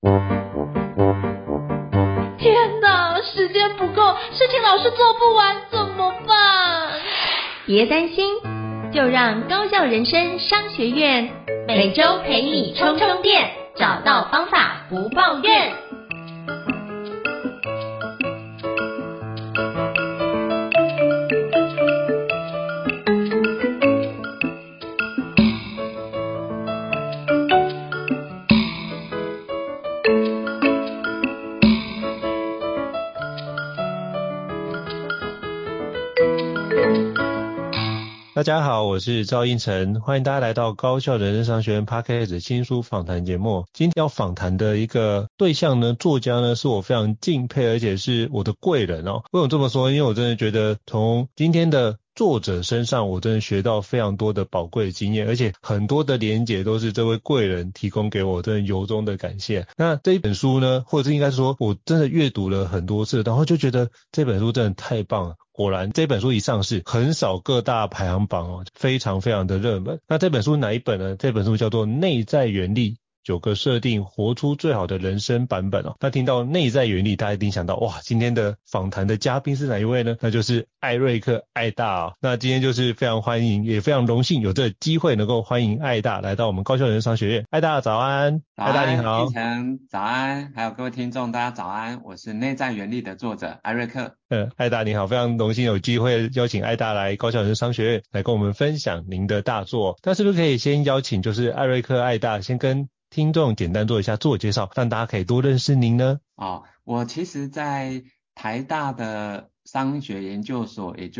天哪，时间不够，事情老是做不完，怎么办？ 别担心，就让高效人生商学院每周陪你充充电，找到方法不抱怨。 大家好，我是赵胤丞，欢迎大家来到高效人生商学院 Podcast 新书访谈节目。今天要访谈的一个对象呢，作家呢，是我非常敬佩，而且是我的贵人哦。为什么这么说？因为我真的觉得从今天的作者身上，我真的学到非常多的宝贵的经验，而且很多的连结都是这位贵人提供给我，真的由衷的感谢。那这一本书呢，或者是应该说，我真的阅读了很多次，然后就觉得这本书真的太棒了。果然这本书一上市，横扫各大排行榜哦，非常非常的热门。那这本书哪一本呢？这本书叫做《内在原力》。9个设定，活出最好的人生版本哦。那听到内在原力，大家一定想到哇，今天的访谈的嘉宾是哪一位呢？那就是艾瑞克·艾大哦。那今天就是非常欢迎，也非常荣幸有这个机会能够欢迎艾大来到我们高校人生商学院。艾大早安，艾大你好。 胤丞早安，还有各位听众大家早安，我是内在原力的作者艾瑞克。 艾大你好，非常荣幸有机会邀请艾大来高校人生商学院来跟我们分享您的大作。那是不是可以先邀请就是艾瑞克·艾大先跟听众简单做一下自我介绍，让大家可以多认识您呢？ 我其实在台大的商学研究所，也就是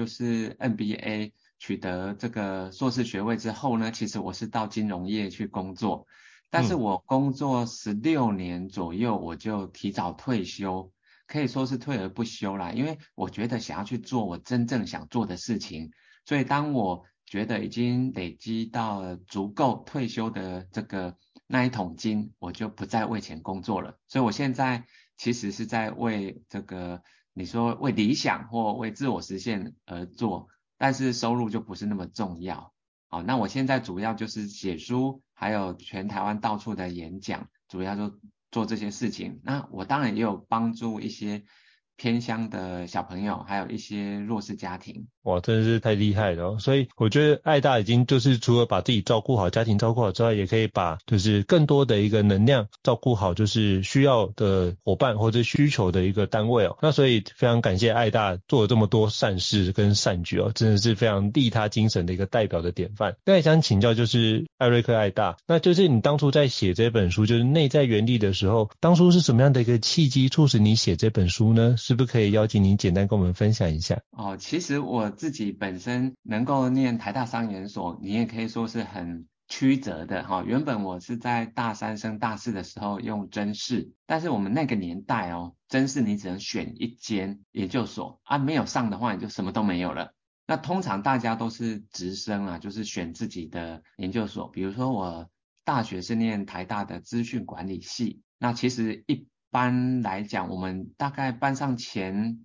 MBA 取得这个硕士学位之后呢，其实我是到金融业去工作，但是我工作16年左右我就提早退休，可以说是退而不休啦，因为我觉得想要去做我真正想做的事情，所以当我觉得已经累积到了足够退休的这个那一桶金，我就不再为钱工作了。所以我现在其实是在为这个你说为理想或为自我实现而做，但是收入就不是那么重要。好，那我现在主要就是写书，还有全台湾到处的演讲，主要就做这些事情。那我当然也有帮助一些偏乡的小朋友，还有一些弱势家庭。 哇，真的是太厉害了哦。所以我觉得艾大已经就是除了把自己照顾好，家庭照顾好之外，也可以把就是更多的一个能量照顾好，就是需要的伙伴或者需求的一个单位哦。那所以非常感谢艾大做了这么多善事跟善举哦，真的是非常利他精神的一个代表的典范。那也想请教就是艾瑞克·艾大，那就是你当初在写这本书就是内在原力的时候，当初是什么样的一个契机促使你写这本书呢？是不是可以邀请你简单跟我们分享一下？ 其实我自己本身能够念台大商研所，你也可以说是很曲折的哈。原本我是在大3升大4的时候用甄试，但是我们那个年代甄试你只能选一间研究所啊，没有上的话你就什么都没有了。那通常大家都是直升啊，就是选自己的研究所。比如说我大学是念台大的资讯管理系，那其实一般来讲，我们大概班上前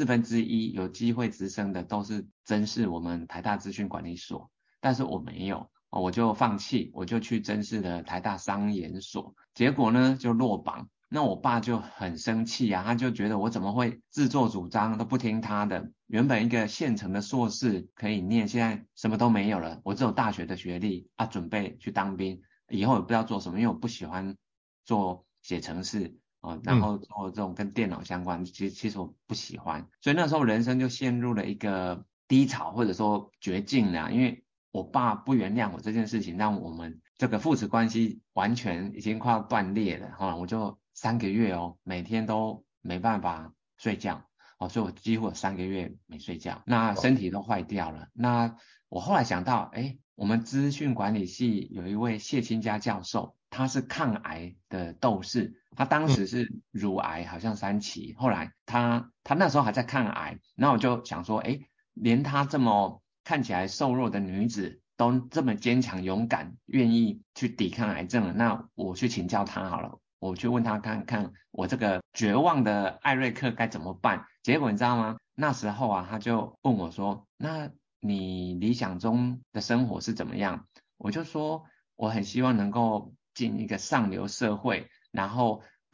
1/4有机会直升的都是甄试我们台大资讯管理所，但是我没有，我就放弃，我就去甄试了台大商研所，结果呢就落榜。那我爸就很生气啊，他就觉得我怎么会自作主张都不听他的，原本一个现成的硕士可以念，现在什么都没有了，我只有大学的学历啊，准备去当兵，以后也不知道做什么，因为我不喜欢做写程式然后做这种跟电脑相关，其实我不喜欢，所以那时候人生就陷入了一个低潮或者说绝境了，因为我爸不原谅我这件事情，让我们这个父子关系完全已经快要断裂了我就3个月每天都没办法睡觉所以我几乎有3个月没睡觉，那身体都坏掉了。那我后来想到，我们资讯管理系有一位谢清家教授，他是抗癌的斗士，他当时是乳癌好像3期，后来他那时候还在抗癌，那我就想说，连他这么看起来瘦弱的女子都这么坚强勇敢，愿意去抵抗癌症了，那我去请教他好了，我去问他看看我这个绝望的艾瑞克该怎么办。结果你知道吗？那时候他就问我说，那你理想中的生活是怎么样？我就说我很希望能够进一个上流社会，然后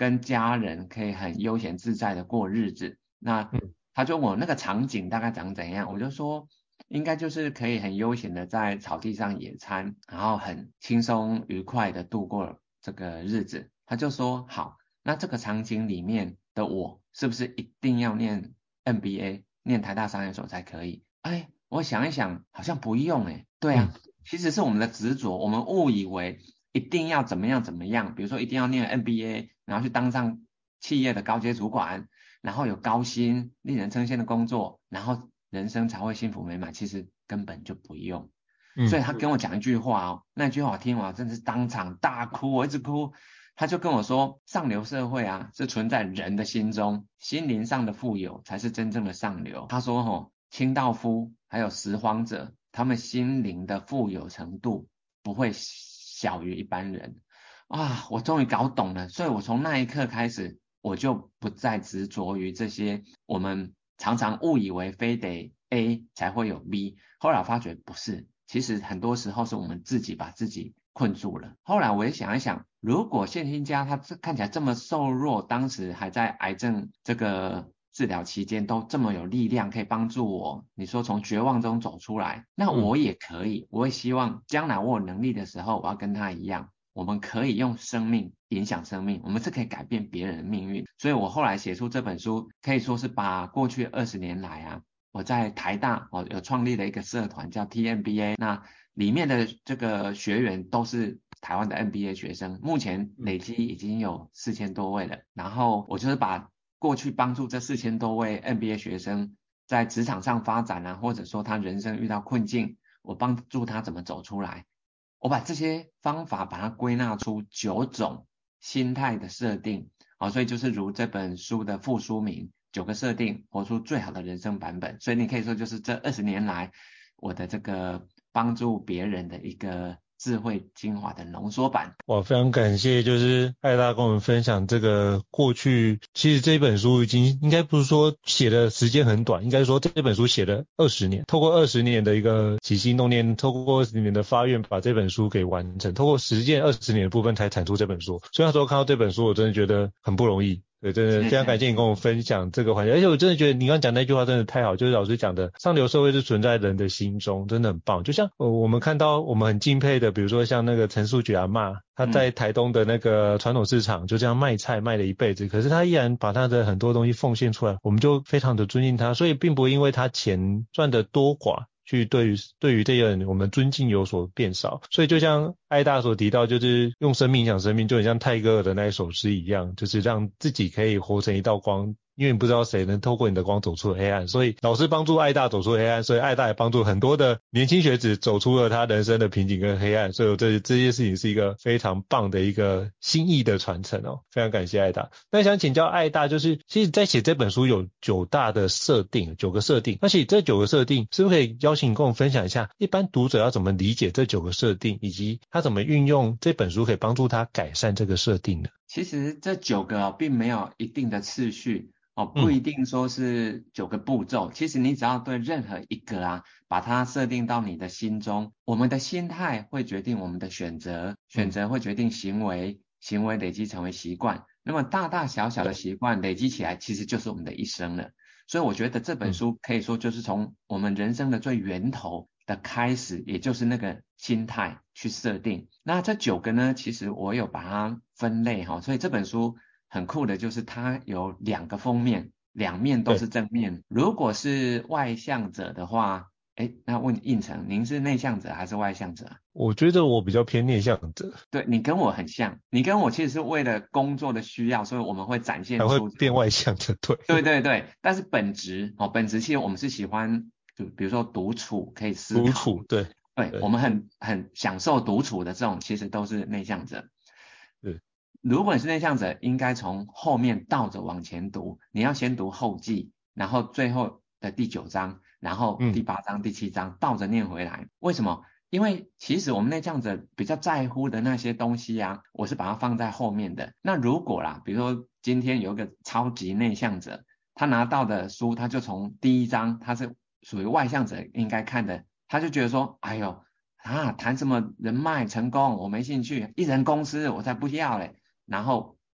跟家人可以很悠闲自在的过日子。那他就问我那个场景大概长怎样，我就说应该就是可以很悠闲的在草地上野餐，然后很轻松愉快的度过这个日子。他就说好，那这个场景里面的我是不是一定要念 MBA 念台大商研所才可以？哎，我想一想好像不用对啊，其实是我们的执着，我们误以为一定要怎么样怎么样，比如说一定要念 MBA 然后去当上企业的高阶主管，然后有高薪令人称羡的工作，然后人生才会幸福美满，其实根本就不用。所以他跟我讲一句话那句话我听完真的是当场大哭，我一直哭。他就跟我说，上流社会啊是存在人的心中，心灵上的富有才是真正的上流。他说清道夫还有拾荒者，他们心灵的富有程度不会小于一般人啊！我终于搞懂了，所以我从那一刻开始，我就不再执着于这些我们常常误以为非得 A 才会有 B， 后来我发觉不是，其实很多时候是我们自己把自己困住了。后来我也想一想，如果谢欣佳他看起来这么瘦弱，当时还在癌症这个治疗期间都这么有力量，可以帮助我，你说从绝望中走出来，那我也可以。我也希望将来我有能力的时候，我要跟他一样，我们可以用生命影响生命，我们是可以改变别人的命运。所以我后来写出这本书，可以说是把过去20年来我在台大有创立了一个社团叫 TMBA， 那里面的这个学员都是台湾的 MBA 学生，目前累积已经有4000多位了。然后我就是把过去帮助这4000多位 MBA 学生在职场上发展或者说他人生遇到困境，我帮助他怎么走出来。我把这些方法把它归纳出9种心态的设定，所以就是如这本书的副书名9个设定，活出最好的人生版本。所以你可以说就是这20年来我的这个帮助别人的一个智慧精华的浓缩版。 哇，非常感谢，就是艾大跟我们分享这个过去，其实这本书已经应该不是说写的时间很短，应该说这本书写了20年，透过20年的一个起心动念，透过20年的发愿把这本书给完成，透过实践20年的部分才产出这本书。所以那时候看到这本书我真的觉得很不容易。对，真的非常感谢你跟我们分享这个环节，而且我真的觉得你刚刚讲那句话真的太好，就是老师讲的上流社会是存在人的心中，真的很棒。就像我们看到我们很敬佩的，比如说像那个陈树菊阿嬷，她在台东的那个传统市场就这样卖菜卖了一辈子，可是她依然把她的很多东西奉献出来，我们就非常的尊敬她，所以并不会因为她钱赚的多寡去对于这些人我们尊敬有所变少。所以就像艾大所提到，就是用生命影响生命，就很像泰戈尔的那一首诗一样，就是让自己可以活成一道光，因为你不知道谁能透过你的光走出黑暗。所以老师帮助艾大走出黑暗，所以艾大也帮助很多的年轻学子走出了他人生的瓶颈跟黑暗。所以这些事情是一个非常棒的一个心意的传承非常感谢艾大。那想请教艾大，就是其实在写这本书有9大的设定，9个设定，而且这9个设定是不是可以邀请你跟我们分享一下，一般读者要怎么理解这9个设定，以及他怎么运用这本书可以帮助他改善这个设定呢？ 其实这9个并没有一定的次序不一定说是9个步骤，其实你只要对任何一个把它设定到你的心中，我们的心态会决定我们的选择，选择会决定行为，行为累积成为习惯，那么大大小小的习惯累积起来其实就是我们的一生了。所以我觉得这本书可以说就是从我们人生的最源头的开始，也就是那个心态去设定。那这9个呢，其实我有把它分类所以这本书很酷的就是它有2个封面，2面都是正面。如果是外向者的话，那问胤丞，您是内向者还是外向者？ 我觉得我比较偏内向者。 对，你跟我很像，你跟我其实是为了工作的需要，所以我们会展现出才会变外向的。 对，但是本质其实我们是喜欢，就比如说独处可以思考， 独处，对， 我们很享受独处的这种，其实都是内向者。如果你是内向者，应该从后面倒着往前读，你要先读后记，然后最后的第9章，然后第8章、第7章倒着念回来。为什么？因为其实我们内向者比较在乎的那些东西我是把它放在后面的。那如果比如说今天有一个超级内向者，他拿到的书，他就从第1章，他是属于外向者应该看的，他就觉得说，哎呦谈什么人脉成功，我没兴趣，一人公司我才不要嘞。然后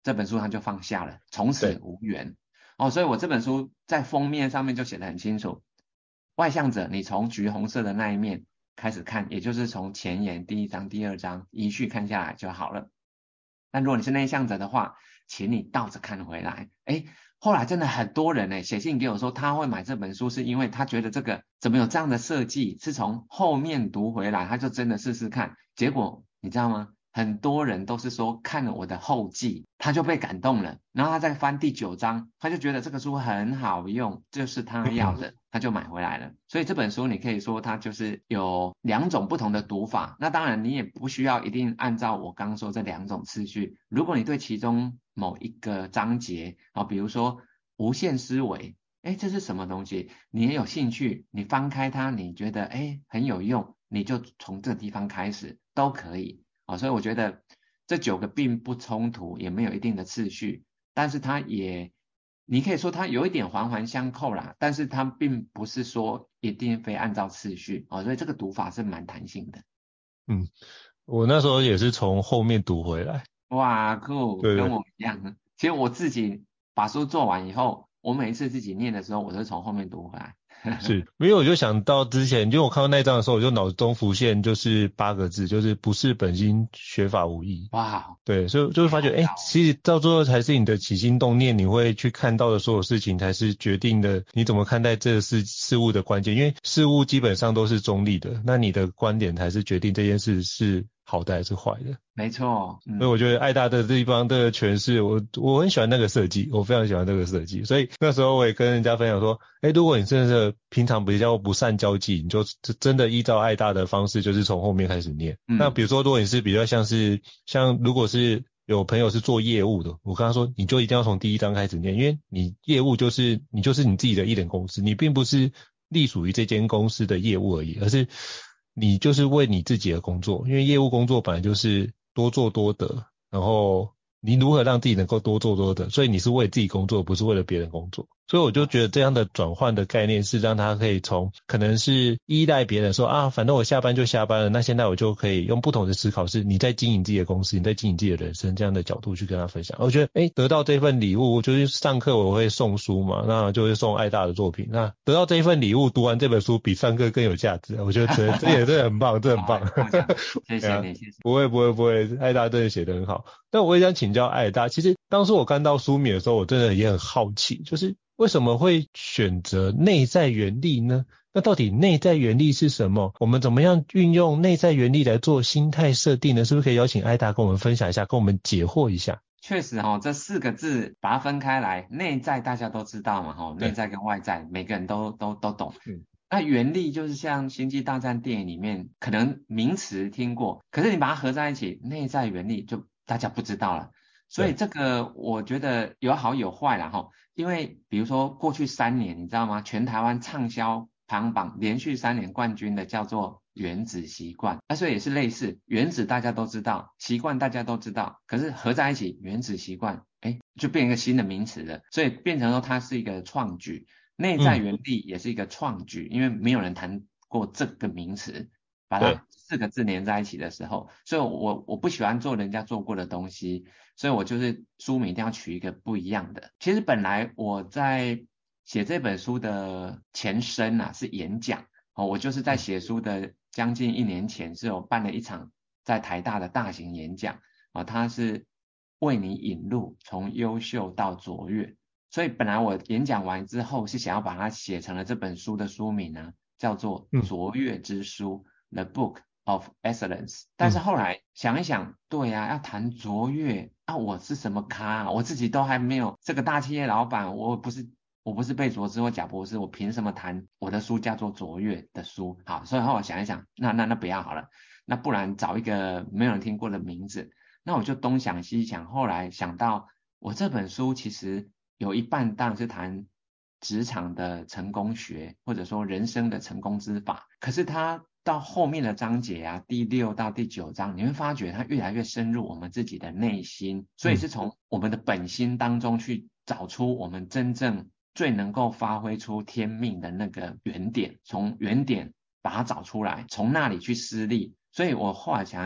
这本书他就放下了，从此对无缘。所以我这本书在封面上面就写得很清楚，外向者你从橘红色的那一面开始看，也就是从前言第1章第2章依序看下来就好了。但如果你是内向者的话，请你倒着看回来。后来真的很多人写信给我说他会买这本书，是因为他觉得这个怎么有这样的设计，是从后面读回来，他就真的试试看。结果你知道吗？很多人都是说看了我的后记他就被感动了，然后他再翻第9章他就觉得这个书很好用，就是他要的，他就买回来了。所以这本书你可以说它就是有2种不同的读法，那当然你也不需要一定按照我刚刚说这2种次序，如果你对其中某一个章节比如说无限思维，这是什么东西，你也有兴趣，你翻开它你觉得很有用，你就从这个地方开始都可以。所以我觉得这9个并不冲突，也没有一定的次序，但是它也你可以说它有一点环环相扣啦，但是它并不是说一定非按照次序所以这个读法是蛮弹性的。 我那时候也是从后面读回来。 哇酷， 对对跟我一样。其实我自己把书做完以后，我每一次自己念的时候我都是从后面读回来。 是，因为我就想到之前，就我看到那一章的时候，我就脑中浮现就是8个字，就是不是本心学法无益。 哇， 对，所以就会发觉，其实到最后才是你的起心动念，你会去看到的所有事情，才是决定的你怎么看待这个事物的关键。因为事物基本上都是中立的，那你的观点才是决定这件事是好的还是坏的。 没错， 所以我觉得爱大的地方的诠释，我很喜欢那个设计，我非常喜欢这个设计。所以那时候我也跟人家分享说，如果你真的是平常比较不善交际，你就真的依照爱大的方式，就是从后面开始念。那比如说，如果你是比较像如果是有朋友是做业务的，我跟他说，你就一定要从第1章开始念，因为你业务就是你自己的一人公司，你并不是隶属于这间公司的业务而已，而是你就是为你自己的工作，因为业务工作本来就是多做多得，然后你如何让自己能够多做多得，所以你是为自己工作，不是为了别人工作。所以我就觉得这样的转换的概念是让他可以从可能是依赖别人说反正我下班就下班了，那现在我就可以用不同的思考，是你在经营自己的公司，你在经营自己的人生这样的角度去跟他分享。我觉得得到这份礼物，就是上课我会送书嘛，那就会送爱大的作品，那得到这一份礼物，读完这本书比上课更有价值。我觉得这也是很棒，这很棒。 谢谢你，谢谢。 不会，爱大真的写得很好。但我也想请教爱大，其实当时我看到书名的时候，我真的也很好奇，就是为什么会选择内在原力呢？那到底内在原力是什么？我们怎么样运用内在原力来做心态设定呢？是不是可以邀请爱大跟我们分享一下，跟我们解惑一下？ 确实这4个字把它分开来，内在大家都知道嘛内在跟外在每个人都懂。那原力就是像星际大战电影里面可能名词听过，可是你把它合在一起，内在原力就大家不知道了。所以这个我觉得有好有坏啦因为比如说过去3年你知道吗，全台湾畅销排行榜连续3年冠军的叫做原子习惯，所以也是类似，原子大家都知道，习惯大家都知道，可是合在一起原子习惯就变成一个新的名词了，所以变成说它是一个创举。内在原力也是一个创举，因为没有人谈过这个名词，把它4个字连在一起的时候，所以我不喜欢做人家做过的东西，所以我就是书名一定要取一个不一样的。其实本来我在写这本书的前身是演讲我就是在写书的将近1年前是有办了一场在台大的大型演讲它是为你引路，从优秀到卓越。所以本来我演讲完之后是想要把它写成了这本书的书名叫做卓越之书The Book of Excellence。但是后来想一想，对要谈卓越我是什么咖我自己都还没有这个大企业老板，我不是贝佐斯或贾博士，我凭什么谈我的书叫做卓越的书？好，所以后来想一想，那不要好了，那不然找一个没有人听过的名字。那我就东想西想，后来想到我这本书其实有一半当然是谈职场的成功学，或者说人生的成功之法，可是它到后面的章节第6到第9章，你会发觉它越来越深入我们自己的内心，所以是从我们的本心当中去找出我们真正最能够发挥出天命的那个原点，从原点把它找出来，从那里去施力。所以我后来想一想，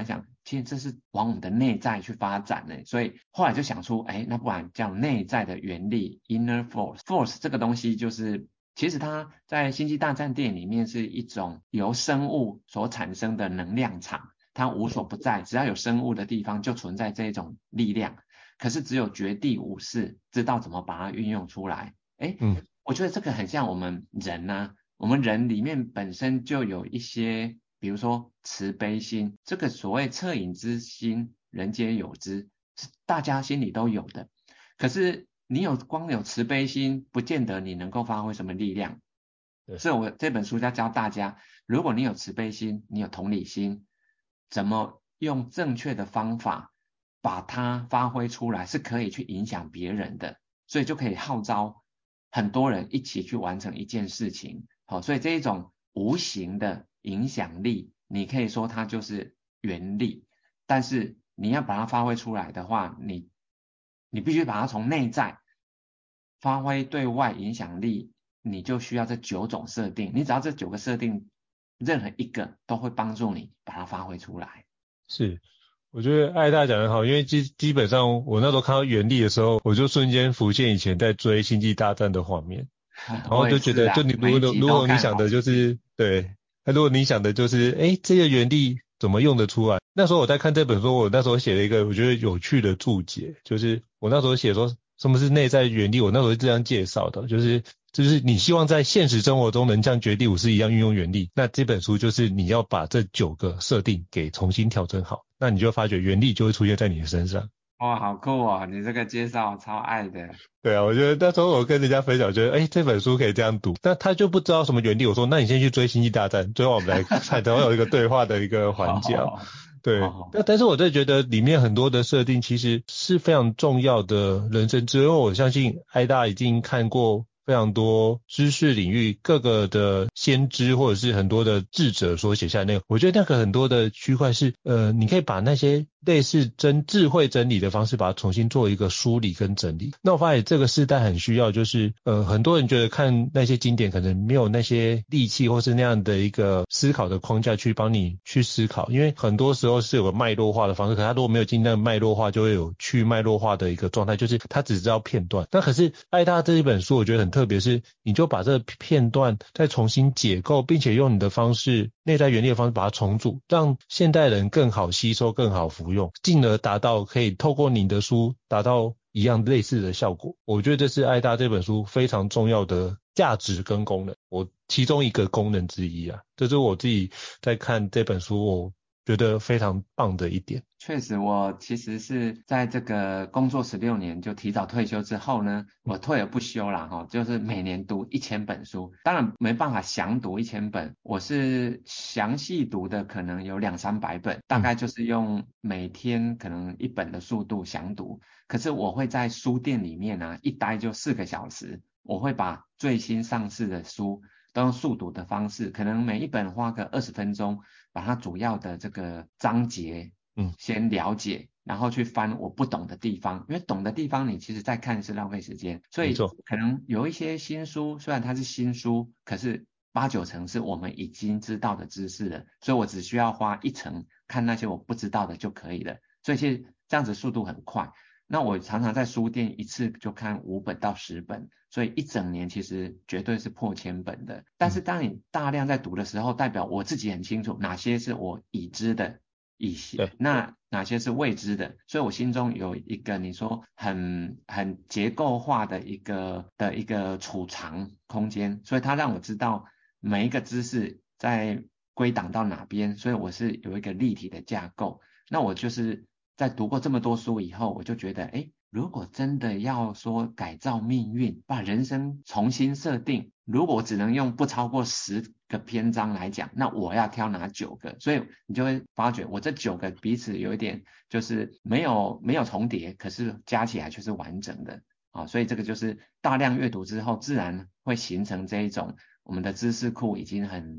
其实这是往我们的内在去发展的，所以后来就想出，那不然叫内在的原力 inner force 这个东西就是其实它在星际大战电影里面是一种由生物所产生的能量场，它无所不在，只要有生物的地方就存在这种力量，可是只有绝地武士知道怎么把它运用出来。我觉得这个很像我们人啊，我们人里面本身就有一些，比如说慈悲心，这个所谓恻隐之心，人皆有之，是大家心里都有的。可是你光有慈悲心，不见得你能够发挥什么力量。所以我这本书要教大家，如果你有慈悲心，你有同理心，怎么用正确的方法把它发挥出来，是可以去影响别人的，所以就可以号召很多人一起去完成一件事情。好，所以这一种无形的影响力，你可以说它就是原力，但是你要把它发挥出来的话，你必须把它从内在发挥对外影响力，你就需要这9种设定，你只要这9个设定，任何一个都会帮助你把它发挥出来。 是，我觉得艾大讲得好，因为基本上我那时候看到原力的时候，我就瞬间浮现以前在追星际大战的画面，然后就觉得就你如果你想的就是对，如果你想的就是这个原力怎么用得出来？那时候我在看这本书，我那时候写了一个我觉得有趣的注解，就是我那时候写说什么是内在原力，我那时候是这样介绍的，就是你希望在现实生活中能像绝地武士一样运用原力，那这本书就是你要把这9个设定给重新调整好，那你就发觉原力就会出现在你的身上。 哇，好酷哦！你这个介绍超爱的。 对啊，我觉得那时候我跟人家分享，觉得这本书可以这样读，那他就不知道什么原理。我说，那你先去追星际大战，最后我们来才会有一个对话的一个环节。对，但是我真的觉得里面很多的设定其实是非常重要的人生智慧，因为我相信艾大已经看过非常多知识领域各个的先知或者是很多的智者所写下的内容，我觉得那个很多的区块是你可以把那些类似智慧整理的方式把它重新做一个梳理跟整理。那我发现这个时代很需要，就是很多人觉得看那些经典可能没有那些力气或是那样的一个思考的框架去帮你去思考，因为很多时候是有个脉络化的方式，可是他如果没有进那个脉络化，就会有去脉络化的一个状态，就是他只知道片段。那可是艾大这一本书我觉得很特别，是你就把这个片段再重新解构，并且用你的方式内在原理的方式把它重组，让现代人更好吸收更好服用，进而达到可以透过你的书达到一样类似的效果。我觉得这是艾大这本书非常重要的价值跟功能，其中一个功能之一啊，这是我自己在看这本书我觉得非常棒的一点。 确实，我其实是在这个工作16年就提早退休之后呢，我退而不休啦就是每年读1000本书，当然没办法详读1000本，我是详细读的可能有200-300本，大概就是用每天可能1本的速度详读，可是我会在书店里面一待就4个小时，我会把最新上市的书都用速读的方式，可能每一本花个20分钟，把它主要的这个章节先了解，然后去翻我不懂的地方，因为懂的地方你其实再看是浪费时间，所以可能有一些新书，虽然它是新书，可是8-9成是我们已经知道的知识了，所以我只需要花1成看那些我不知道的就可以了，所以其实这样子速度很快。那我常常在书店一次就看5本到10本，所以一整年其实绝对是破1000本的。但是当你大量在读的时候，代表我自己很清楚哪些是我已知的，那哪些是未知的，所以我心中有一个你说很结构化的一个储藏空间，所以它让我知道每一个知识在归档到哪边，所以我是有一个立体的架构。那我就是在读过这么多书以后，我就觉得如果真的要说改造命运，把人生重新设定，如果只能用不超过10个篇章来讲，那我要挑哪9个？所以你就会发觉我这9个彼此有一点就是没有重叠，可是加起来却是完整的所以这个就是大量阅读之后自然会形成这一种我们的知识库已经很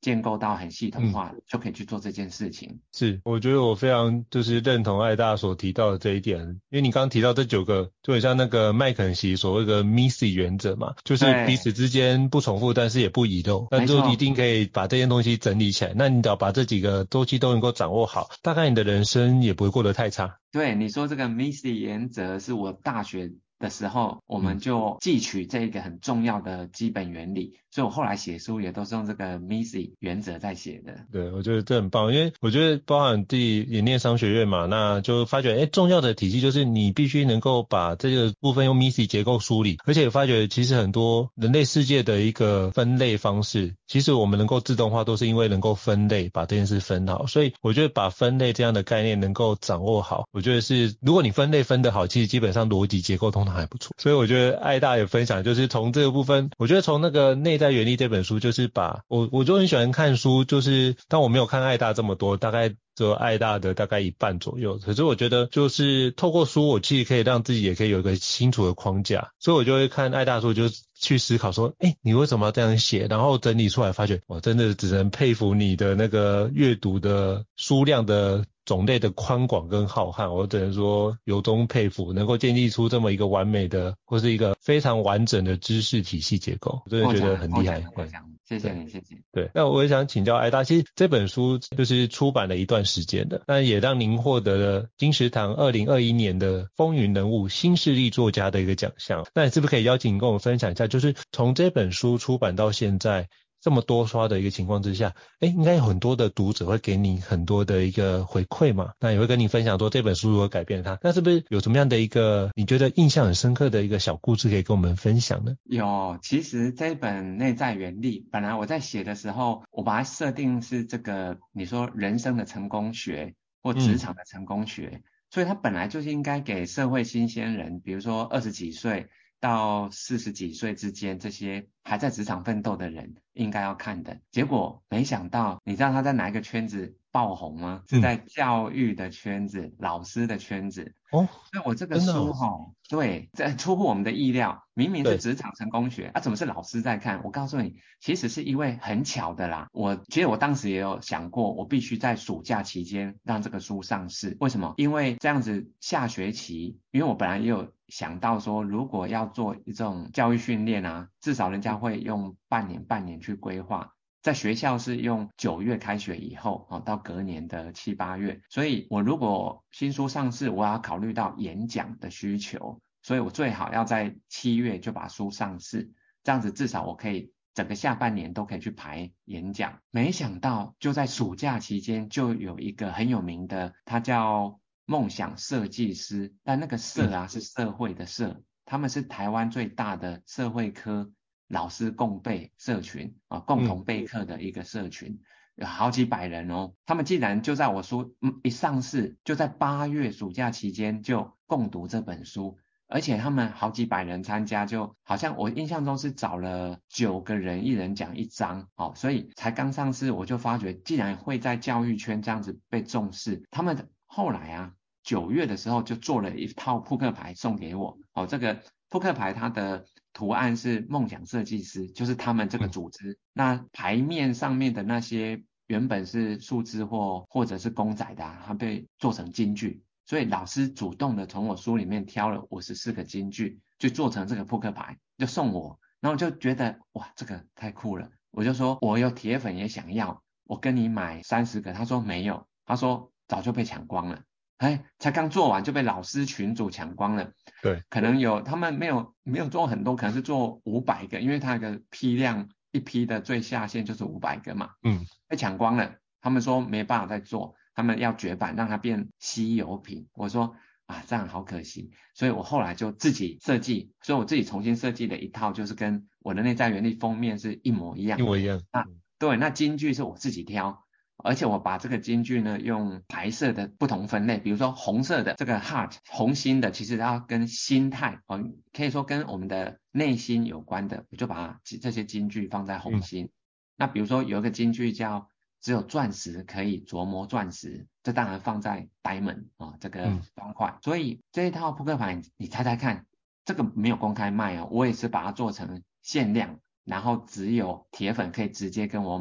建构到很系统化，就可以去做这件事情。 是，我觉得我非常就是认同艾大所提到的这一点，因为你刚刚提到这9个，就很像那个麦肯锡所谓的 MISI 原则嘛，就是彼此之间不重复，但是也不遗漏，那就一定可以把这件东西整理起来。那你只要把这几个周期都能够掌握好，大概你的人生也不会过得太差。 对，你说这个 MISI 原则是我大学的时候，我们就汲取这个很重要的基本原理，所以我后来写书也都是用这个 MISI 原则在写的。 对，我觉得这很棒，因为我觉得包含自己也念商学院嘛，那就发觉重要的体系就是你必须能够把这个部分用 MISI 结构梳理，而且发觉其实很多人类世界的一个分类方式，其实我们能够自动化都是因为能够分类，把这件事分好，所以我觉得把分类这样的概念能够掌握好，我觉得是如果你分类分得好，其实基本上逻辑结构通常还不错。所以我觉得艾大也分享，就是从这个部分，我觉得从那个内在原理这本书，就是把我就很喜欢看书，就是但我没有看艾大这么多，大概只有艾大的大概一半左右。可是我觉得就是透过书，我其实可以让自己也可以有一个清楚的框架，所以我就会看艾大书，就去思考说，你为什么要这样写？然后整理出来，发觉我真的只能佩服你的那个阅读的书量的种类的宽广跟浩瀚，我只能说由衷佩服，能够建立出这么一个完美的或是一个非常完整的知识体系结构，我真的觉得很厉害。 谢谢你，谢谢。 对，那我也想请教艾大，其实这本书就是出版了一段时间的，但也让您获得了金石堂2021年的风云人物新势力作家的一个奖项。那你是不是可以邀请你跟我分享一下，就是从这本书出版到现在这么多刷的一个情况之下，应该有很多的读者会给你很多的一个回馈嘛，那也会跟你分享说这本书如何改变它，那是不是有什么样的一个你觉得印象很深刻的一个小故事可以跟我们分享呢？ 有，其实这本内在原理，本来我在写的时候，我把它设定是这个你说人生的成功学或职场的成功学，所以它本来就是应该给社会新鲜人，比如说20几岁到40几岁之间这些还在职场奋斗的人应该要看的。结果没想到，你知道他在哪一个圈子爆红吗？是在教育的圈子，老师的圈子。所以我这个书对，这出乎我们的意料，明明是职场成功学怎么是老师在看？我告诉你，其实是因为很巧的啦。其实我当时也有想过，我必须在暑假期间让这个书上市。为什么？因为这样子下学期，因为我本来也有想到说，如果要做一种教育训练至少人家会用半年去规划。在学校是用9月开学以后到隔年的7、8月，所以我如果新书上市，我要考虑到演讲的需求，所以我最好要在7月就把书上市，这样子至少我可以整个下半年都可以去排演讲。没想到就在暑假期间，就有一个很有名的，他叫梦想设计师，但那个社是社会的社，他们是台湾最大的社会科老师共备社群共同备课的一个社群，有好几百人他们竟然就在我书一上市，就在8月暑假期间就共读这本书，而且他们好几百人参加，就好像我印象中是找了9个人，一人讲1章所以才刚上市我就发觉竟然会在教育圈这样子被重视。他们后来9月的时候就做了一套扑克牌送给我这个扑克牌它的图案是梦想设计师，就是他们这个组织那牌面上面的那些原本是树枝或者是公仔的它被做成金句，所以老师主动的从我书里面挑了54个金句就做成这个扑克牌就送我，然后我就觉得哇这个太酷了，我就说我有铁粉也想要，我跟你买30个，他说没有，他说早就被抢光了，才刚做完就被老师群组抢光了。 对， 可能他们没有做很多，可能是做500个，因为它的批量一批的最下限就是500个嘛，被抢光了。他们说没办法再做，他们要绝版，让它变稀有品。我说这样好可惜，所以我后来就自己设计，所以我自己重新设计了一套，就是跟我的内在原理封面是一模一样的。 一模一样。 对，那金句是我自己挑。而且我把这个金句呢用牌色的不同分类，比如说红色的这个 heart 红心的，其实它跟心态可以说跟我们的内心有关的，我就把这些金句放在红心。那比如说有一个金句叫只有钻石可以琢磨钻石，这当然放在 diamond 这个方块。所以这一套扑克牌你猜猜看，这个没有公开卖我也是把它做成限量，然后只有铁粉可以直接跟我买。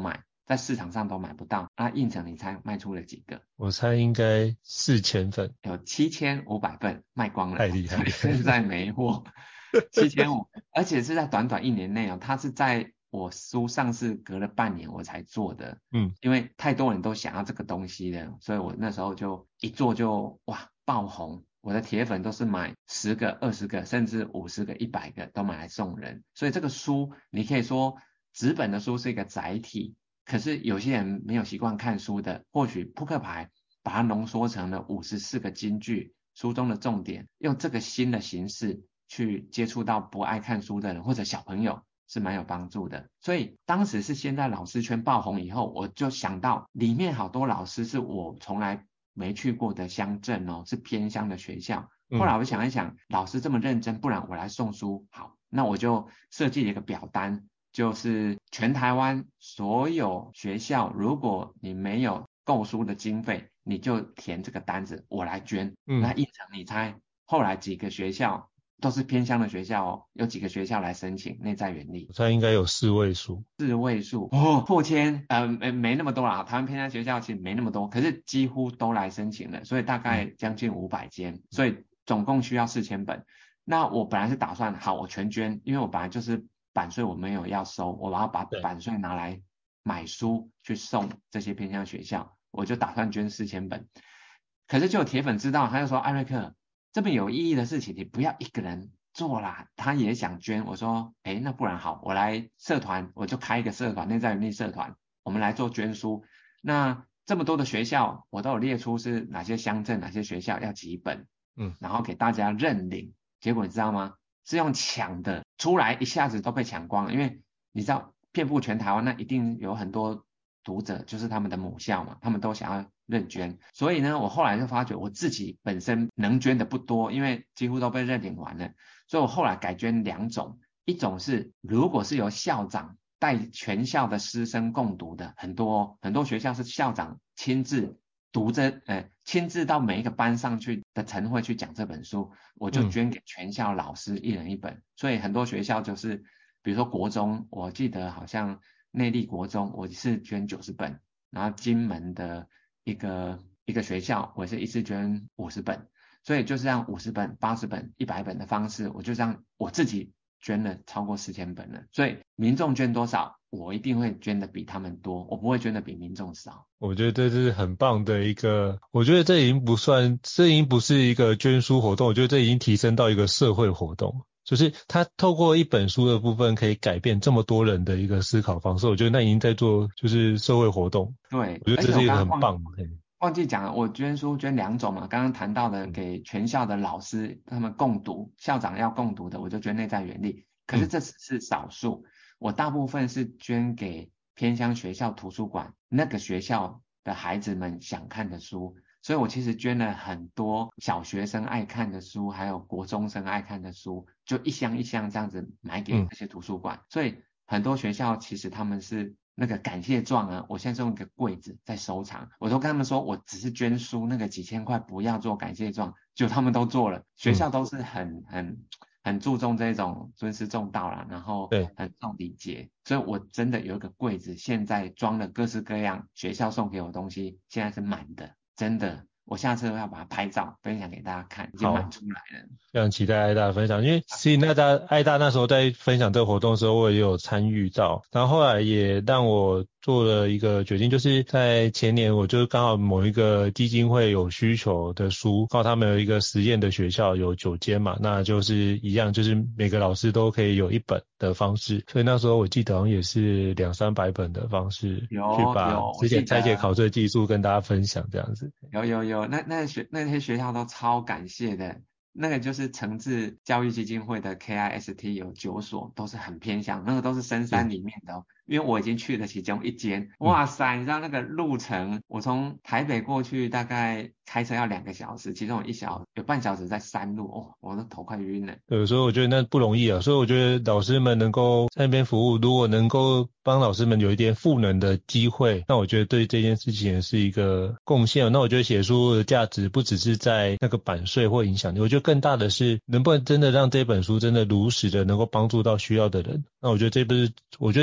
在市场上都买不到。那印成你猜卖出了几个？ 我猜应该4000份， 有7500份卖光了， 太厉害了， 现在没货。7500，而且是在短短1年内哦，它是在我书上市隔了半年我才做的，因为太多人都想要这个东西了，所以我那时候就一做就哇爆红。我的铁粉都是买10个、20个，甚至50个、100个都买来送人。所以这个书，你可以说纸本的书是一个载体，可是有些人没有习惯看书的，或许扑克牌把它浓缩成了54个金句，书中的重点，用这个新的形式去接触到不爱看书的人或者小朋友，是蛮有帮助的。所以当时是先在老师圈爆红以后，我就想到里面好多老师是我从来没去过的乡镇哦，是偏乡的学校。后来我想一想，老师这么认真，不然我来送书好，那我就设计了一个表单，就是全台湾所有学校，如果你没有购书的经费，你就填这个单子，我来捐。那印成你猜，后来几个学校都是偏乡的学校哦，有几个学校来申请内在原力？ 我猜应该有4位数 4位数哦，破千，没那么多啦，台湾偏乡学校其实没那么多，可是几乎都来申请了，所以大概将近500间，所以总共需要4000本。那我本来是打算，好，我全捐，因为我本来就是版税我没有要收，我要把版税拿来买书去送这些偏乡学校，我就打算捐4000本。可是就有铁粉知道，他就说艾瑞克，这么有意义的事情，你不要一个人做啦，他也想捐。我说，那不然好，我来社团，我就开一个社团，内在原力社团，我们来做捐书。那这么多的学校，我都有列出是哪些乡镇、哪些学校要几本，然后给大家认领。结果你知道吗？是用抢的，出来一下子都被抢光了，因为你知道遍布全台湾，那一定有很多读者就是他们的母校嘛，他们都想要认捐。所以呢，我后来就发觉我自己本身能捐的不多，因为几乎都被认领完了，所以我后来改捐2种，一种是如果是由校长带全校的师生共读的，很多学校是校长亲自读亲自到每一个班上去的晨会去讲这本书，我就捐给全校老师1人1本。所以很多学校就是比如说国中，我记得好像内坜国中我是捐90本，然后金门的一个学校我是一次捐50本，所以就是这样50本、80本、100本的方式，我就这样我自己捐了超过4000本了。所以民众捐多少，我一定会捐的比他们多，我不会捐的比民众少。 我觉得这是很棒的一个，我觉得这已经不是一个捐书活动，我觉得这已经提升到一个社会活动，就是他透过一本书的部分可以改变这么多人的一个思考方式，我觉得那已经在做就是社会活动。 对， 我觉得这是一个很棒的。 忘记讲了，我捐书捐2种嘛，刚刚谈到的给全校的老师他们共读，校长要共读的，我就捐内在原力。可是这只是少数，我大部分是捐给偏乡学校图书馆，那个学校的孩子们想看的书，所以我其实捐了很多小学生爱看的书，还有国中生爱看的书，就一箱一箱这样子买给这些图书馆。所以很多学校其实他们是那个感谢状啊，我现在是用一个柜子在收藏，我都跟他们说我只是捐书，那个几千块不要做感谢状，就他们都做了。学校都是很注重这种尊师重道啦，然后很重礼节，所以我真的有一个柜子，现在装了各式各样学校送给我的东西，现在是满的，真的。我下次要把它拍照分享给大家看，已经满出来了。 非常期待艾大的分享，因为其实艾大那时候在分享这个活动的时候，我也有参与到，然后后来也让我做了一个决定，就是在前年我就刚好某一个基金会有需求的书，刚好他们有一个实验的学校有9间嘛，那就是一样，就是每个老师都可以有1本的方式，所以那时候我记得好像也是200-300本的方式去把拆解考试技术跟大家分享这样子。 有，那些学校都超感谢的。那个就是诚志教育基金会的 KIST 有9所，都是很偏向，那个都是深山里面的因为我已经去了其中1间，哇塞，你知道那个路程，我从台北过去大概开车要2个小时，其中有半小时在山路，我的头快晕了。 对，所以我觉得那不容易啊，所以我觉得老师们能够在那边服务，如果能够帮老师们有一点赋能的机会，那我觉得对这件事情也是一个贡献。那我觉得写书的价值不只是在那个版税或影响力，我觉得更大的是能不能真的让这本书真的如实的能够帮助到需要的人。那我觉得这是作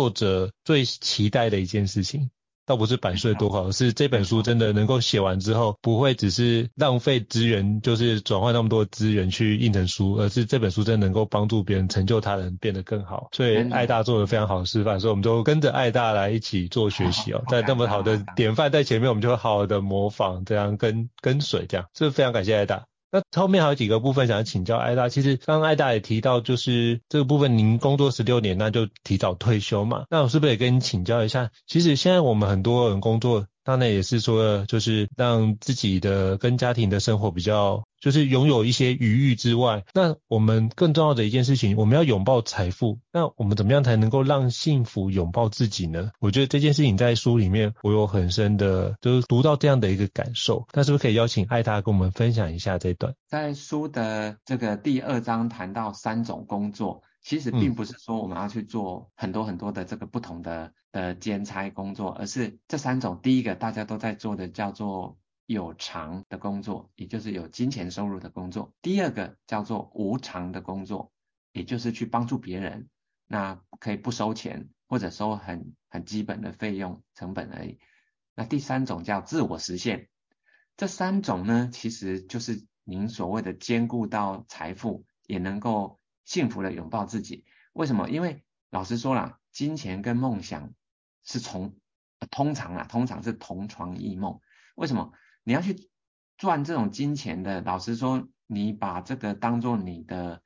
作者最期待的一件事情。倒不是版税多好，是这本书真的能够写完之后，不会只是浪费资源，就是转换那么多资源去印成书，而是这本书真的能够帮助别人，成就他人，变得更好。所以爱大做了非常好的示范，所以我们就跟着爱大来一起做学习哦。在那么好的典范在前面，我们就会好好的模仿，这样跟随这样，所以非常感谢爱大。那后面还有几个部分想要请教爱大，其实刚刚爱大也提到，就是这个部分您工作16年，那就提早退休嘛，那我是不是也跟你请教一下，其实现在我们很多人工作当然也是说就是让自己的跟家庭的生活比较就是拥有一些余裕之外，那我们更重要的一件事情，我们要拥抱财富，那我们怎么样才能够让幸福拥抱自己呢？我觉得这件事情在书里面我有很深的就是读到这样的一个感受，那是不是可以邀请爱大跟我们分享一下这一段？ 在书的这个第2章谈到3种工作，其实并不是说我们要去做很多很多的这个不同的兼差工作，而是这3种，第一个大家都在做的叫做有偿的工作，也就是有金钱收入的工作。第二个叫做无偿的工作，也就是去帮助别人，那可以不收钱或者收很基本的费用成本而已。那第3种叫自我实现。这3种呢，其实就是您所谓的兼顾到财富，也能够幸福的拥抱自己。为什么？因为老实说啦，金钱跟梦想是通常是同床异梦。为什么？你要去赚这种金钱的，老实说，你把这个当做你的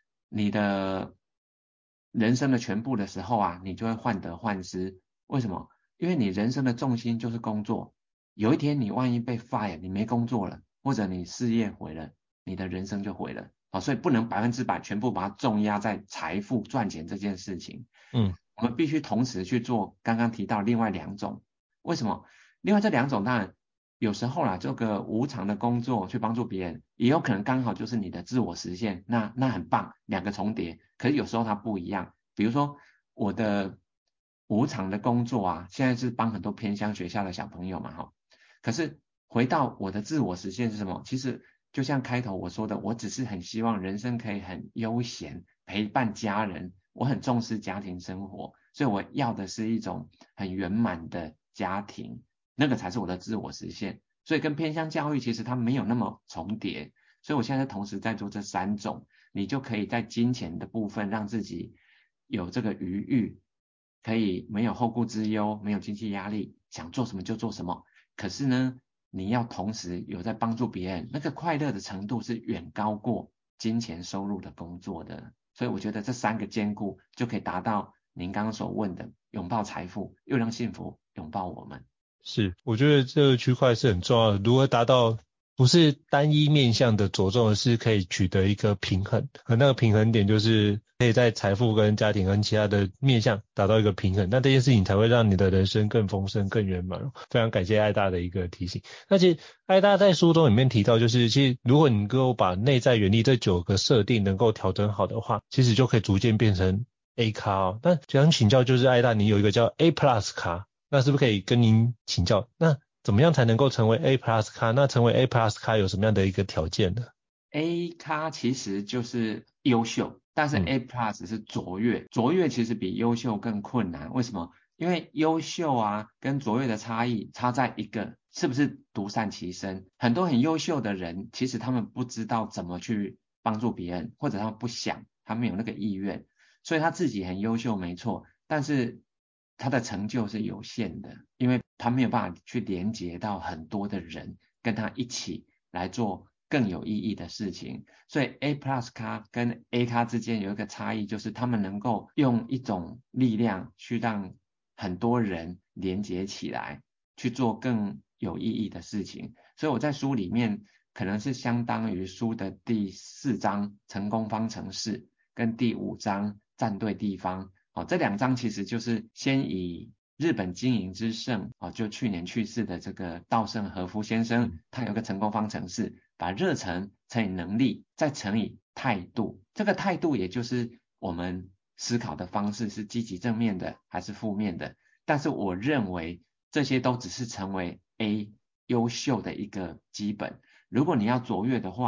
人生的全部的时候啊，你就会患得患失。为什么？因为你人生的重心就是工作。有一天你万一被 fire， 你没工作了，或者你事业毁了，你的人生就毁了。所以不能100%全部把它重压在财富赚钱这件事情。我们必须同时去做刚刚提到另外2种。为什么？另外这2种当然有时候啦，这个无偿的工作去帮助别人，也有可能刚好就是你的自我实现，那很棒，2个重叠。可是有时候它不一样，比如说我的无偿的工作啊，现在是帮很多偏乡学校的小朋友嘛，可是回到我的自我实现是什么？其实就像开头我说的，我只是很希望人生可以很悠闲，陪伴家人，我很重视家庭生活，所以我要的是一种很圆满的家庭，那个才是我的自我实现。所以跟偏乡教育其实它没有那么重叠，所以我现在同时在做这3种，你就可以在金钱的部分让自己有这个余裕，可以没有后顾之忧，没有经济压力，想做什么就做什么。可是呢，你要同时有在帮助别人，那个快乐的程度是远高过金钱收入的工作的。所以我觉得这3个兼顾就可以达到您刚刚所问的拥抱财富，又让幸福拥抱我们。 是，我觉得这个区块是很重要的，如何达到不是单一面向的着重，而是可以取得一个平衡，而那个平衡点就是可以在财富跟家庭跟其他的面向达到一个平衡，那这件事情才会让你的人生更丰盛更圆满。非常感谢爱大的一个提醒。那其实爱大在书中里面提到，就是其实如果你能够把内在原力这9个设定能够调整好的话，其实就可以逐渐变成 A 咖哦。那想请教就是爱大，你有一个叫 A Plus 咖，那是不是可以跟您请教，那怎么样才能够成为 A Plus 咖？那成为 A Plus 咖有什么样的一个条件呢？ A 咖其实就是优秀，但是 A Plus 是卓越，卓越其实比优秀更困难。为什么？因为优秀啊跟卓越的差异差在一个是不是独善其身。很多很优秀的人，其实他们不知道怎么去帮助别人，或者他们不想，他们有那个意愿，所以他自己很优秀没错，但是他的成就是有限的，因为他没有办法去连接到很多的人跟他一起来做更有意义的事情。所以 A Plus 咖跟 A 咖之间有一个差异，就是他们能够用一种力量去让很多人连接起来，去做更有意义的事情。所以我在书里面可能是相当于书的第4章成功方程式跟第5章站对地方。这2章其实就是先以日本经营之圣，就去年去世的这个稻盛和夫先生，他有个成功方程式，把热忱乘以能力再乘以态度，这个态度也就是我们思考的方式是积极正面的还是负面的。但是我认为这些都只是成为 A 优秀的一个基本，如果你要卓越的话，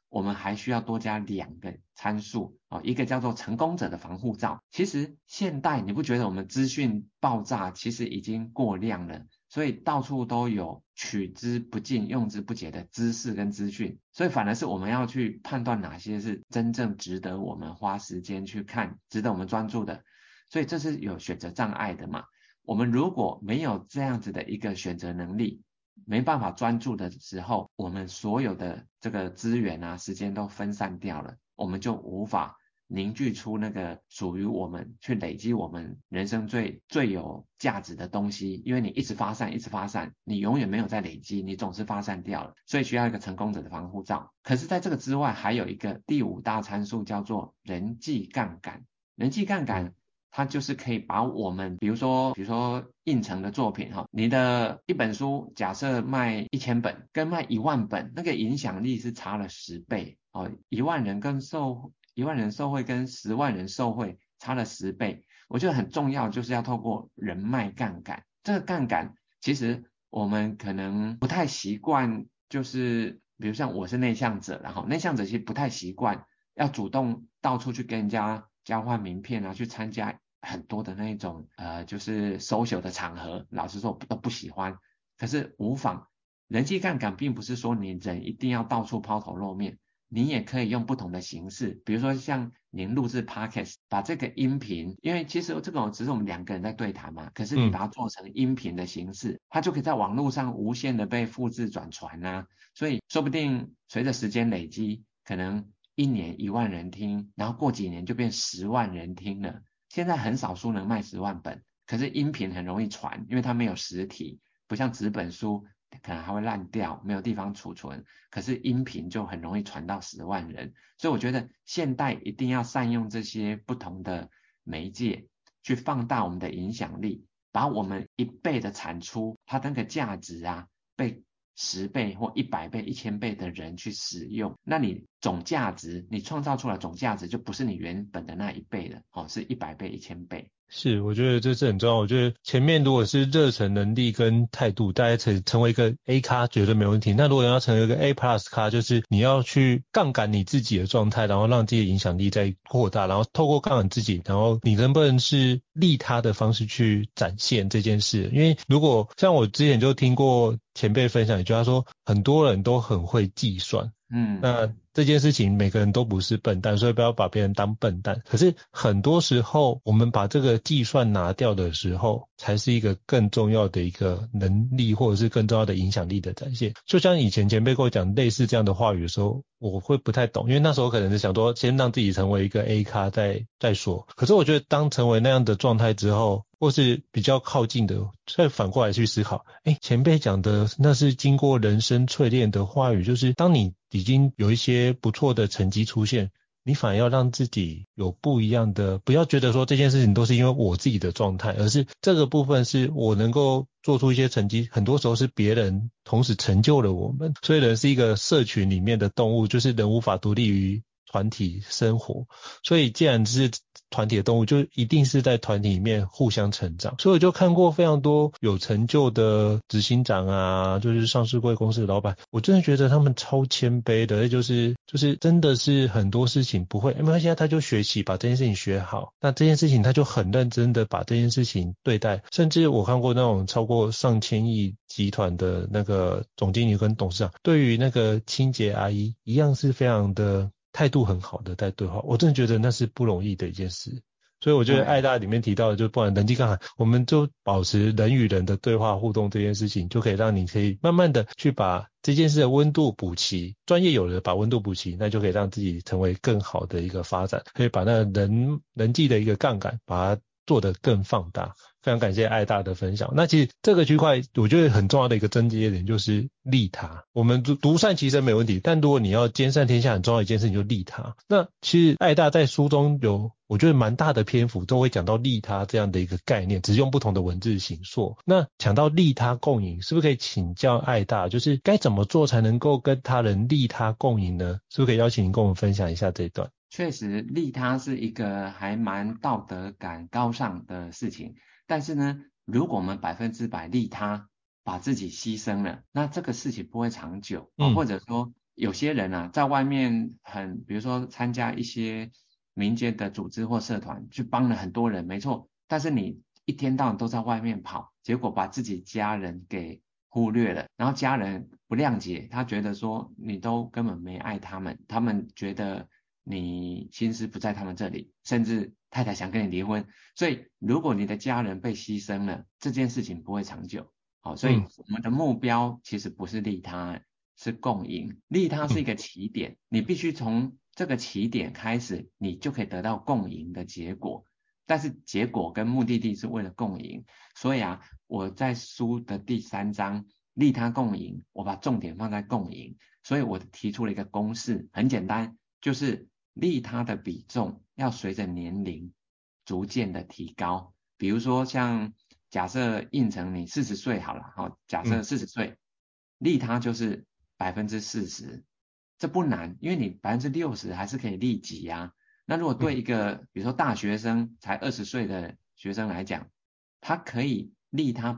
我们还需要多加2个参数一个叫做成功者的防护罩。其实现代你不觉得我们资讯爆炸其实已经过量了，所以到处都有取之不尽用之不竭的知识跟资讯，所以反而是我们要去判断哪些是真正值得我们花时间去看，值得我们专注的，所以这是有选择障碍的嘛。我们如果没有这样子的一个选择能力，没办法专注的时候，我们所有的这个资源啊时间都分散掉了，我们就无法凝聚出那个属于我们去累积我们人生最有价值的东西。因为你一直发散你永远没有在累积，你总是发散掉了，所以需要一个成功者的防护罩。可是在这个之外还有一个第5大参数叫做人际杠杆。人际杠杆它就是可以把我们比如说印成的作品你的一本书假设卖1000本跟卖1万本，那个影响力是差了10倍1万人受惠跟10万人受惠差了10倍。我觉得很重要就是要透过人脉杠杆。这个杠杆其实我们可能不太习惯，就是比如像我是内向者，然后内向者其实不太习惯要主动到处去跟人家交换名片啊，去参加很多的那种就是 social 的场合，老实说我都不喜欢。可是无妨，人际杠杆并不是说你人一定要到处抛头露面，你也可以用不同的形式，比如说像您录制 podcast， 把这个音频，因为其实这种只是我们2个人在对谈嘛，可是你把它做成音频的形式，它就可以在网络上无限的被复制转传啊。所以说不定随着时间累积，可能1年1万人听，然后过几年就变10万人听了。现在很少书能卖10万本，可是音频很容易传，因为它没有实体，不像纸本书可能还会烂掉，没有地方储存，可是音频就很容易传到10万人。所以我觉得现代一定要善用这些不同的媒介去放大我们的影响力，把我们1倍的产出，它那个价值啊被10倍或100倍1000倍的人去使用，那你总价值，你创造出来总价值就不是你原本的那1倍了是100倍1000倍。 是，我觉得这是很重要。我觉得前面如果是热忱、能力跟态度，大家成为一个 A 咖绝对没问题。那如果要成为一个 A plus 咖，就是你要去杠杆你自己的状态，然后让自己的影响力再扩大，然后透过杠杆自己，然后你能不能是利他的方式去展现这件事。因为如果像我之前就听过前辈分享一句，他说很多人都很会计算，那这件事情每个人都不是笨蛋，所以不要把别人当笨蛋。可是很多时候我们把这个计算拿掉的时候，才是一个更重要的一个能力，或者是更重要的影响力的展现。就像以前前辈跟我讲类似这样的话语的时候，我会不太懂，因为那时候可能是想说先让自己成为一个 A 咖再说。可是我觉得当成为那样的状态之后，或是比较靠近的，再反过来去思考，前辈讲的那是经过人生淬炼的话语，就是当你已经有一些不错的成绩出现，你反而要让自己有不一样的，不要觉得说这件事情都是因为我自己的状态，而是这个部分是我能够做出一些成绩，很多时候是别人同时成就了我们。所以人是一个社群里面的动物，就是人无法独立于团体生活，所以既然是团体的动物，就一定是在团体里面互相成长。所以我就看过非常多有成就的执行长啊，就是上市贵公司的老板，我真的觉得他们超谦卑的，就是真的是很多事情不会，没关系，他就学习把这件事情学好，那这件事情他就很认真的把这件事情对待。甚至我看过那种超过上千亿集团的那个总经理跟董事长，对于那个清洁阿姨一样是非常的态度很好的在对话，我真的觉得那是不容易的一件事。所以我觉得爱大里面提到的，就不管人际杠杆，我们就保持人与人的对话互动这件事情，就可以让你可以慢慢的去把这件事的温度补齐，专业有人把温度补齐，那就可以让自己成为更好的一个发展，可以把那人际的一个杠杆把它做得更放大。非常感谢爱大的分享。那其实这个区块我觉得很重要的一个症结点就是利他。我们独善其身没问题，但如果你要兼善天下，很重要的一件事情就是利他。那其实爱大在书中有我觉得蛮大的篇幅都会讲到利他这样的一个概念，只是用不同的文字形塑。那讲到利他共赢，是不是可以请教爱大，就是该怎么做才能够跟他人利他共赢呢？是不是可以邀请您跟我们分享一下这一段？ 确实利他是一个还蛮道德感高尚的事情，但是呢，如果我们100%利他，把自己牺牲了，那这个事情不会长久或者说有些人啊，在外面比如说参加一些民间的组织或社团，去帮了很多人，没错，但是你一天到晚都在外面跑，结果把自己家人给忽略了，然后家人不谅解，他觉得说你都根本没爱他们，他们觉得你心思不在他们这里，甚至太太想跟你离婚，所以如果你的家人被牺牲了，这件事情不会长久。好，所以我们的目标其实不是利他，是共赢。利他是一个起点，你必须从这个起点开始，你就可以得到共赢的结果。但是结果跟目的地是为了共赢，所以啊，我在书的第3章利他共赢，我把重点放在共赢，所以我提出了一个公式，很简单，就是利他的比重要随着年龄逐渐的提高。比如说像假设应成你40岁好了，好，假设40岁，利他就是40%，这不难，因为你60%还是可以利己啊。那如果对一个比如说大学生才20岁的学生来讲，他可以利他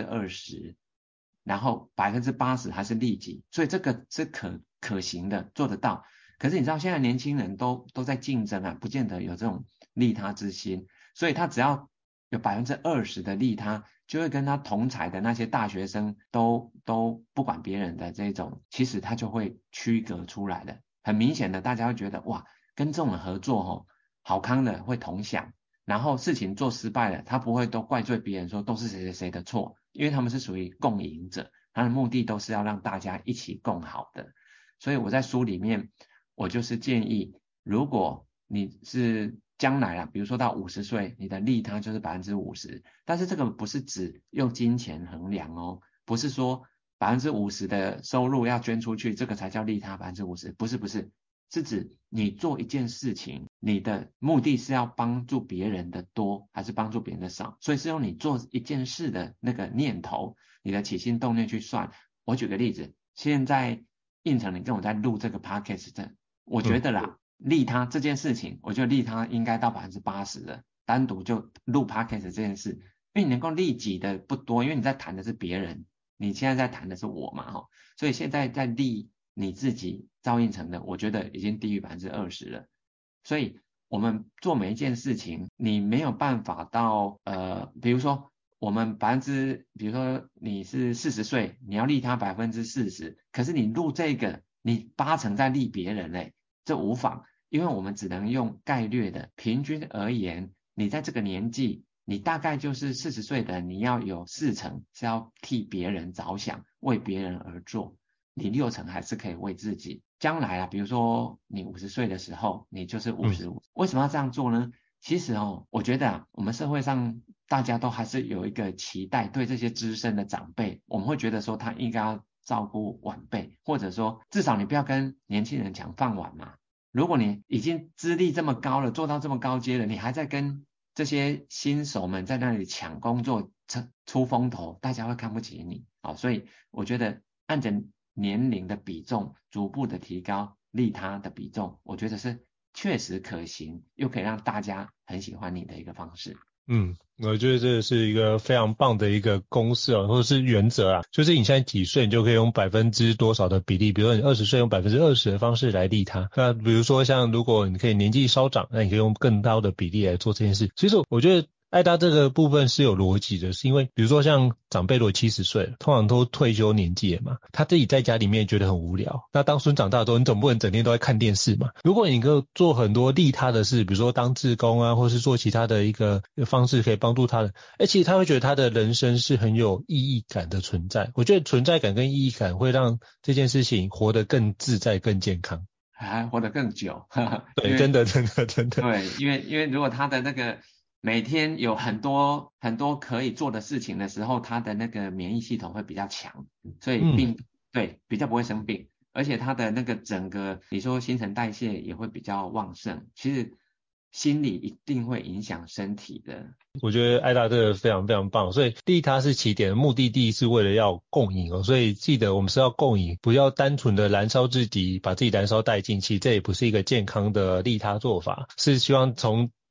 20%，然后80%还是利己，所以这个是可行的，做得到。可是你知道现在年轻人都在竞争啊，不见得有这种利他之心，所以他只要有20%的利他，就会跟他同才的那些大学生都不管别人的这种，其实他就会区隔出来的。很明显的，大家会觉得哇，跟这种人合作好康的会同享，然后事情做失败了，他不会都怪罪别人说都是谁谁谁的错，因为他们是属于共赢者，他的目的都是要让大家一起共好的。所以我在书里面，我就是建议，如果你是将来比如说到50岁，你的利他就是50%，但是这个不是指用金钱衡量哦，不是说50%的收入要捐出去，这个才叫利他50%，不是，是指你做一件事情，你的目的是要帮助别人的多，还是帮助别人的少，所以是用你做一件事的那个念头，你的起心动念去算。我举个例子，现在应成你跟我在录这个 podcast， 我觉得啦，利他这件事情，我觉得利他应该到80%的，单独就录 podcast 这件事，因为你能够利己的不多，因为你在谈的是别人，你现在在谈的是我嘛，所以现在在利你自己赵应成的，我觉得已经低于20%了。所以我们做每一件事情，你没有办法到比如说我们比如说你是40岁，你要利他40%，可是你录这个，你80%在利别人嘞，这无妨，因为我们只能用概略的，平均而言，你在这个年纪，你大概就是40岁的，你要有40%是要替别人着想，为别人而做，你60%还是可以为自己。将来比如说你50岁的时候，你就是55%，为什么要这样做呢？其实我觉得我们社会上大家都还是有一个期待，对这些资深的长辈，我们会觉得说他应该要照顾晚辈，或者说至少你不要跟年轻人抢饭碗嘛。如果你已经资历这么高了，做到这么高阶了，你还在跟这些新手们在那里抢工作出风头，大家会看不起你。所以我觉得按着年龄的比重逐步的提高利他的比重，我觉得是确实可行，又可以让大家很喜欢你的一个方式。 我觉得这是一个非常棒的一个公式或者是原则啊，就是你现在几岁，你就可以用多少的比例，比如说你20岁用20%的方式来利他。那比如说像如果你可以年纪稍长，那你可以用更高的比例来做这件事。其实我觉得爱达这个部分是有逻辑的，是因为比如说像长辈如果70岁了，通常都退休年纪了嘛，他自己在家里面觉得很无聊，那当孙长大之后，你总不能整天都在看电视嘛。如果你可以做很多利他的事，比如说当志工啊，或是做其他的一个方式可以帮助他人，其实他会觉得他的人生是很有意义感的存在。我觉得存在感跟意义感会让这件事情活得更自在更健康， 还活得更久。 对，真的对，因为如果他的那个每天有很多可以做的事情的时候，他的那个免疫系统会比较强，所以对，比较不会生病，而且他的那个整个你说新陈代谢也会比较旺盛，其实心理一定会影响身体的。 我觉得爱达这个非常非常棒，所以利他是起点，目的地是为了要共赢所以记得我们是要共赢，不要单纯的燃烧自己，把自己燃烧殆尽，其实这也不是一个健康的利他做法，是希望从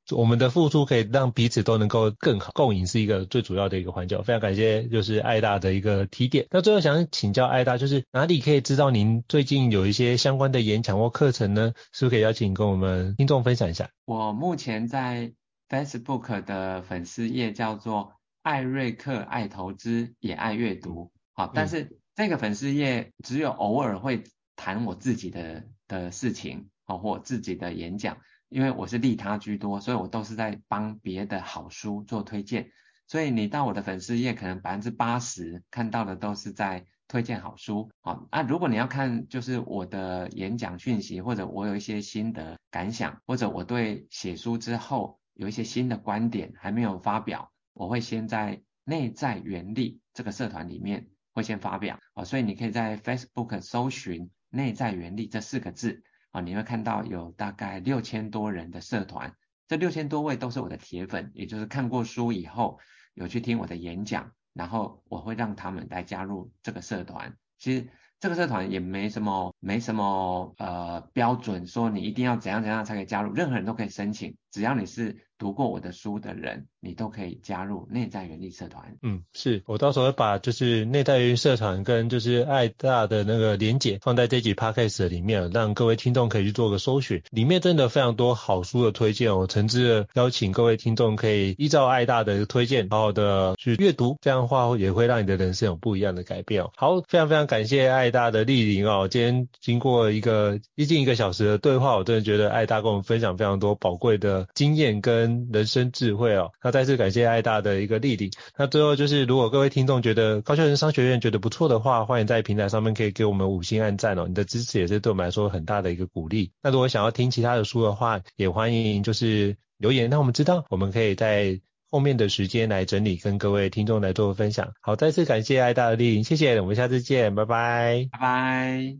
我们的付出可以让彼此都能够更好，共赢是一个最主要的一个环节。非常感谢就是爱大的一个提点。那最后想请教爱大，就是哪里可以知道您最近有一些相关的演讲或课程呢？是不是可以邀请跟我们听众分享一下？ 我目前在 Facebook 的粉丝页叫做艾瑞克爱投资也爱阅读，好，但是这个粉丝页只有偶尔会谈我自己的事情，或自己的演讲，因为我是利他居多，所以我都是在帮别的好书做推荐，所以你到我的粉丝页可能80%看到的都是在推荐好书，好，如果你要看就是我的演讲讯息，或者我有一些心得感想，或者我对写书之后有一些新的观点还没有发表，我会先在内在原力这个社团里面会先发表，所以你可以在 Facebook 搜寻内在原力这4个字，你会看到有大概6000多人的社团，这6000多位都是我的铁粉，也就是看过书以后有去听我的演讲，然后我会让他们来加入这个社团。其实这个社团也没什么标准说你一定要怎样怎样才可以加入，任何人都可以申请，只要你是读过我的书的人，你都可以加入内在原力社团。 是我到时候会把就是内在原力社团跟就是爱大的那个连结放在这集 podcast 里面，让各位听众可以去做个搜寻，里面真的非常多好书的推荐，我诚挚的邀请各位听众可以依照爱大的推荐好好的去阅读，这样的话也会让你的人生有不一样的改变。好，非常非常感谢爱大的莅临今天经过接近1个小时的对话，我真的觉得爱大跟我们分享非常多宝贵的经验跟人生智慧那再次感谢爱大的一个莅临。那最后就是如果各位听众觉得高效人商学院觉得不错的话，欢迎在平台上面可以给我们5星按赞你的支持也是对我们来说很大的一个鼓励。那如果想要听其他的书的话，也欢迎就是留言让我们知道，我们可以在后面的时间来整理跟各位听众来做分享。好，再次感谢爱大的莅临，谢谢，我们下次见，拜拜。 拜拜。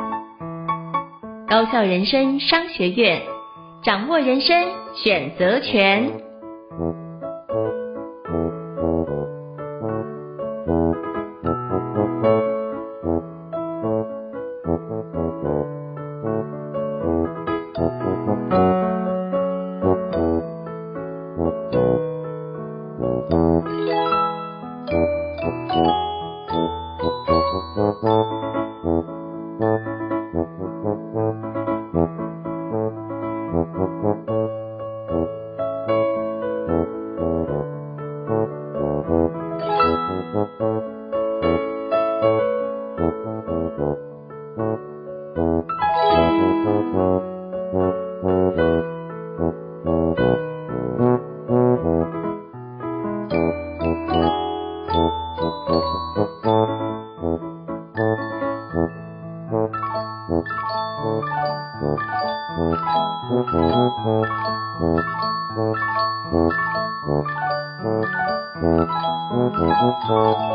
高效人生商学院，掌握人生选择权。 Thank you.